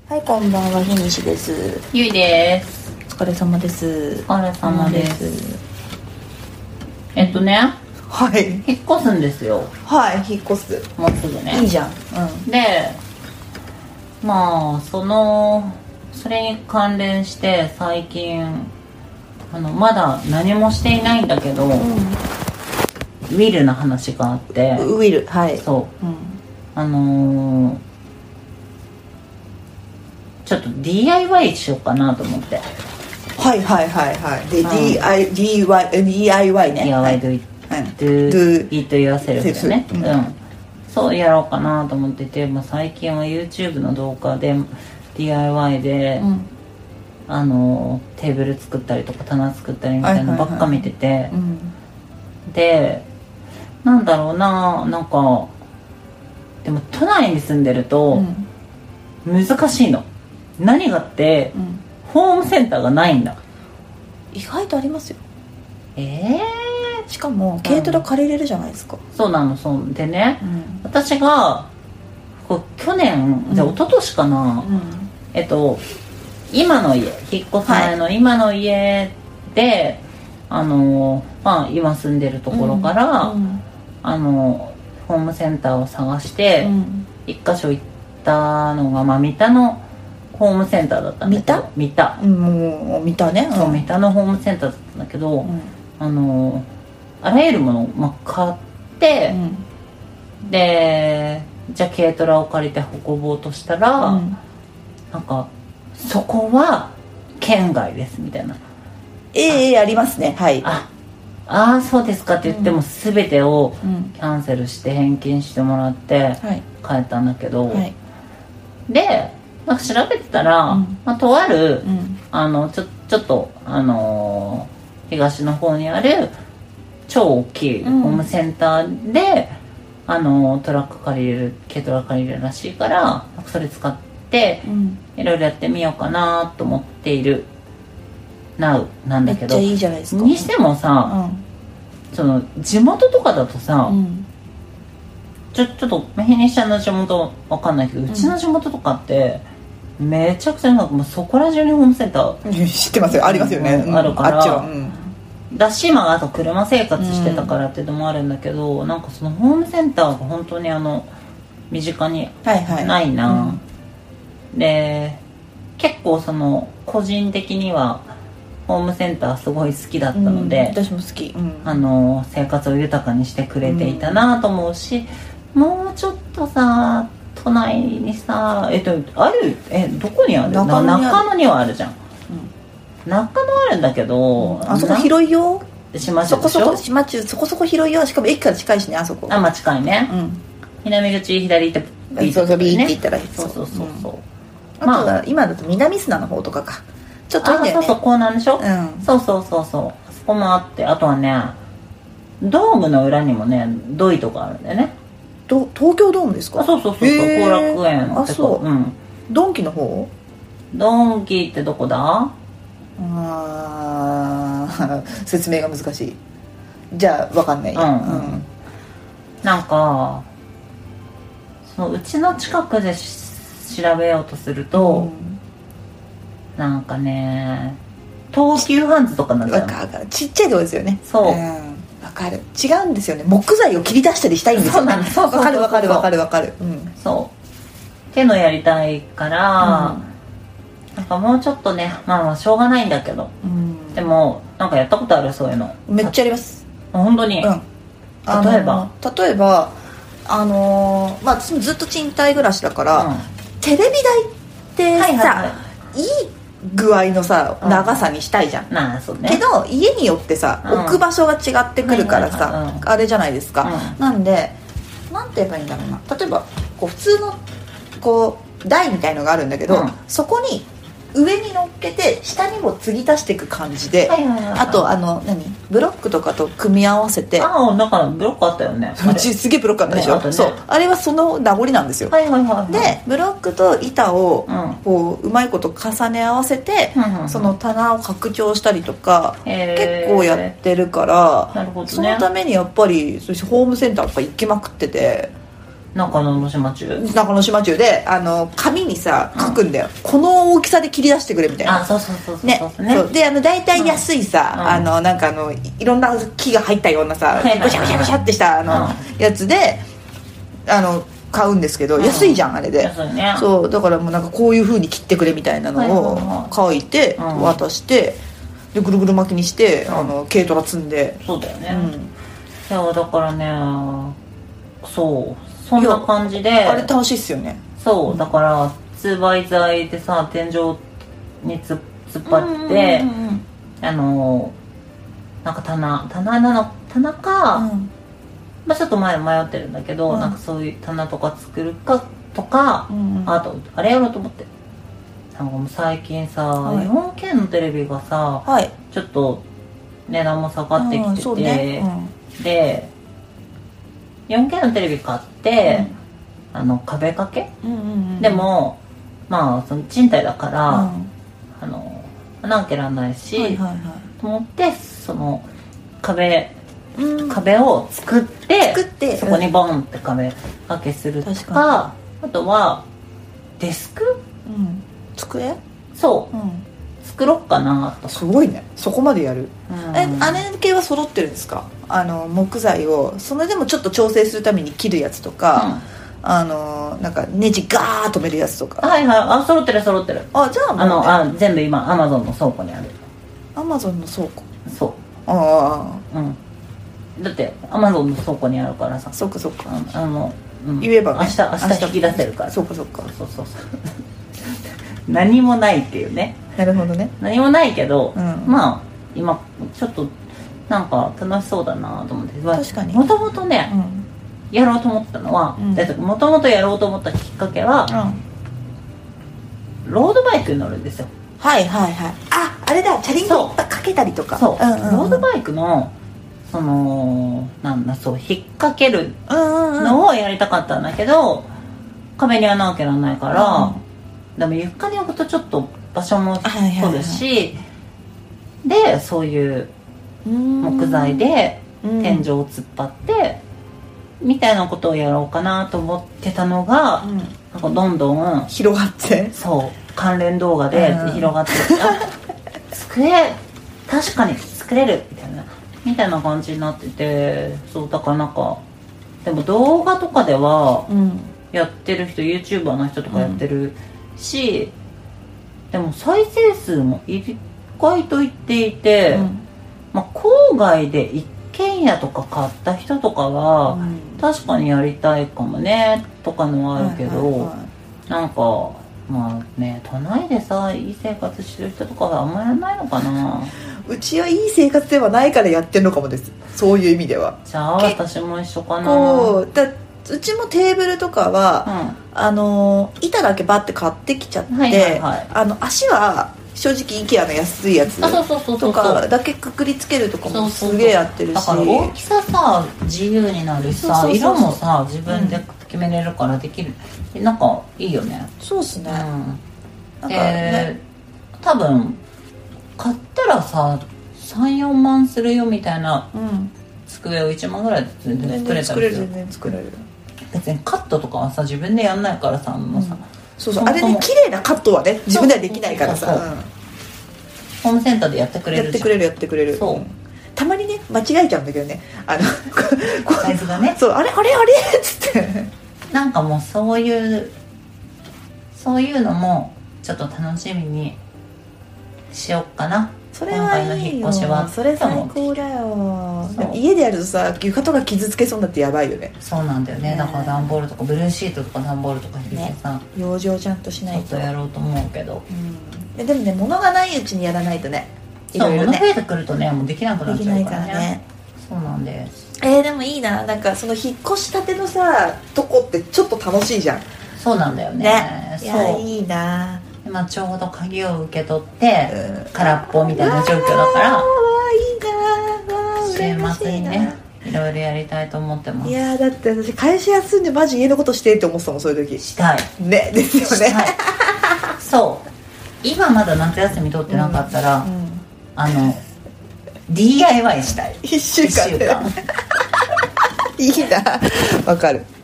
はい、こんばんは、ひにしです。 ゆいです。 お疲れ様です。 お疲れ様です。 はい。 引っ越すんですよ。 はい、引っ越す。 もうすぐね。 いいじゃん。 で、まあそれに関連して最近まだ何もしていないんだけど、ウィルの話があって。 ウィル、はい。 そう。ちょっと DIY しようかなと思って。 はいはいはいはい。で、DIY ね。 DIY do it yourself ね。そうやろうかなと思ってて、最近は YouTube の動画で DIY で、テーブル作ったりとか棚作ったりみたいなのばっか見てて、で、なんだろうな、なんかでも都内に住んでると難しいの。何がって、ホームセンターがないんだ。 意外とありますよ。しかも軽トラ借りれるじゃないですか。 そうなの。そうでね、私が去年じゃあ一昨年かな、今の家、引っ越す前の今の家で、今住んでるところから、ホームセンターを探して、一箇所行ったのが、三田のホームセンターだったんだけど。三田、 もう三田ね。 そう、三田のホームセンターだったんだけど、あらゆるものを買って、で、じゃあ軽トラを借りて運ぼうとしたら、なんかそこは県外ですみたいな。 ありますね。はい。 そうですかって言っても、全てをキャンセルして返金してもらって帰ったんだけど、で、調べてたら、とある、ちょっと東の方にある超大きいホームセンターで、トラック借りれる、軽トラ借りれるらしいから、それ使っていろいろやってみようかなと思っている Now なんだけど、 めっちゃいいじゃないですか。 にしてもさ、その地元とかだとさ、ちょっと日西ちゃんの地元わかんないけど、うちの地元とかってめちゃくちゃもうそこら中にホームセンター知ってますよ。ありますよね。 あるから、 あっちはだし、あと車生活してたからっていうのもあるんだけど、なんかそのホームセンターが本当に身近にないな。で、結構個人的にはホームセンターすごい好きだったので、 私も好き。 生活を豊かにしてくれていたなと思うし、もうちょっとさ、都内にさ、ある、どこにある？中野にはあるじゃん。中野あるんだけど、 あそこ広いよ。 島中でしょ。 島中そこそこ広いよ。しかも駅から近いしね、あそこ。 近いね。南口左行ってビーって行ったら、 そう。 あとは今だと南砂の方とかか。ちょっといいんだよね。 そう、こうなんでしょ。そう。あそこもあって、あとはね、ドームの裏にもね、ドイトがあるんだよね。 東京ドームですか？ そう。後楽園って。 そう。ドンキの方？ ドンキってどこだ？ 説明が難しい。じゃあ分かんない。 なんかうちの近くで調べようとすると、なんかね、東急ハンズとかなんだよ。 ちっちゃいとこですよね。 そう。 分かる。違うんですよね。木材を切り出したりしたいんですよ。分かる。 そう。ってのやりたいから、なんかもうちょっとね、しょうがないんだけど、でもなんかやったことある？そういうのめっちゃあります。 本当に。例えば私もずっと賃貸暮らしだから、テレビ台ってさ、いい具合のさ長さにしたいじゃん。けど家によってさ、置く場所が違ってくるからさ、あれじゃないですか。なんでなんて言えばいいんだろうな。例えば普通の台みたいのがあるんだけど、そこに上に乗っけて下にも継ぎ足していく感じで、あとブロックとかと組み合わせて、 なんかブロックあったよね。 うちすげえブロックあったでしょ。そう、あれはその名残なんですよ。でブロックと板をうまいこと重ね合わせて、その棚を拡張したりとか結構やってるから、そのためにやっぱりホームセンターとか行きまくってて、 中野島中で紙にさ書くんだよ、この大きさで切り出してくれみたいな。 そうね。で大体安いさ、なんかいろんな木が入ったようなさ、ブシャブシャブシャってしたやつで買うんですけど、安いじゃんあれで。 安いね。 そうだからもうなんかこういう風に切ってくれみたいなのを書いて渡して、でぐるぐる巻きにして軽トラ積んで。 そうだよね。いやだからね、そんな感じであれ楽しいっすよね。 そうだから通売材でさ天井に突っ張って、なんか棚か、ちょっと迷ってるんだけど、なんかそういう棚とか作るかとか、あとあれやろうと思って、なんかもう最近さ、4K のテレビがさ、ちょっと値段も下がってきてて、で4K のテレビ買って、壁掛け、でもその賃貸だから、何けらんないし、と思ってその壁を作ってそこにボンって壁掛けするとか、あとはデスク、 机作ろっかなと。 すごいね、そこまでやる。あれ系は揃ってるんですか？木材をそれでもちょっと調整するために切るやつとか、なんかネジガーッ止めるやつとか。 揃ってる。じゃあもう、 全部今アマゾンの倉庫にある。 アマゾンの倉庫？ そう。だってアマゾンの倉庫にあるからさ。 そっか言えばね、明日引き出せるから。 そう何もないっていうね。 なるほどね。 何もないけど、今ちょっとなんか楽しそうだなと思って。 確かに。 もともとね、やろうと思ったのは、もともとやろうと思ったきっかけは、ロードバイクに乗るんですよ。 あれだ、チャリンコかけたりとか。 ロードバイクの引っ掛けるのをやりたかったんだけど、壁に穴開けられないから、でも床に置くとちょっと場所も取るし、でそういう木材で天井を突っ張ってみたいなことをやろうかなと思ってたのが、なんかどんどん広がって、 関連動画で広がって、机確かに作れるみたいな感じになってて、だからなんかでも動画とかではやってる人、YouTuber の人とかやってるし、でも再生数も意外といっていて、郊外で一軒家とか買った人とかは、確かにやりたいかもねとかのはあるけど、なんか都内でさいい生活してる人とかはあんまやらないのかな。 うちはいい生活ではないからやってるのかもです、そういう意味では。 じゃあ私も一緒かな。 うちもテーブルとかは、板だけバッて買ってきちゃって、足は正直 IKEA の安いやつとかだけくくりつけるとかもすげえやってるし、 だから大きささ自由になるしさ、色もさ自分で決めれるからできる、なんかいいよね。 そうっすね。 多分買ったらさ 3,4 万するよみたいな机を1万ぐらいで全然作れたりする。 全然作れる。 別にカットとかはさ自分でやんないからさ、 あれね、綺麗なカットはね自分ではできないからさ、 ホームセンターでやってくれる。 やってくれる。たまにね間違えちゃうんだけどね、 サイズがね。 あれっつってなんかもうそういうのもちょっと楽しみにしよっかな。 それはいいよ。それ最高だよ。家でやるとさ床とか傷つけそうになってやばいよね。 そうなんだよね。だから段ボールとかブルーシートとか段ボールとか入れてさ、 養生ちゃんとしないとちょっとやろうと思うけど、 でもね、物がないうちにやらないとね、 いろいろね、物増えてくるとねもうできなくなっちゃうからね。そうなんです。 でもいいな。なんかその引っ越したてのさとこってちょっと楽しいじゃん。 そうなんだよね。 いやいいな。 今ちょうど鍵を受け取って空っぽみたいな状況だから、週末にねいろいろやりたいと思ってます。 いやだって私会社休んでマジ家のことしてって思ってたもん、そういう時。 したいね、ですよね。 そう今まだ夏休み取ってなかったら、DIY したい。 1週間いいな。わかる。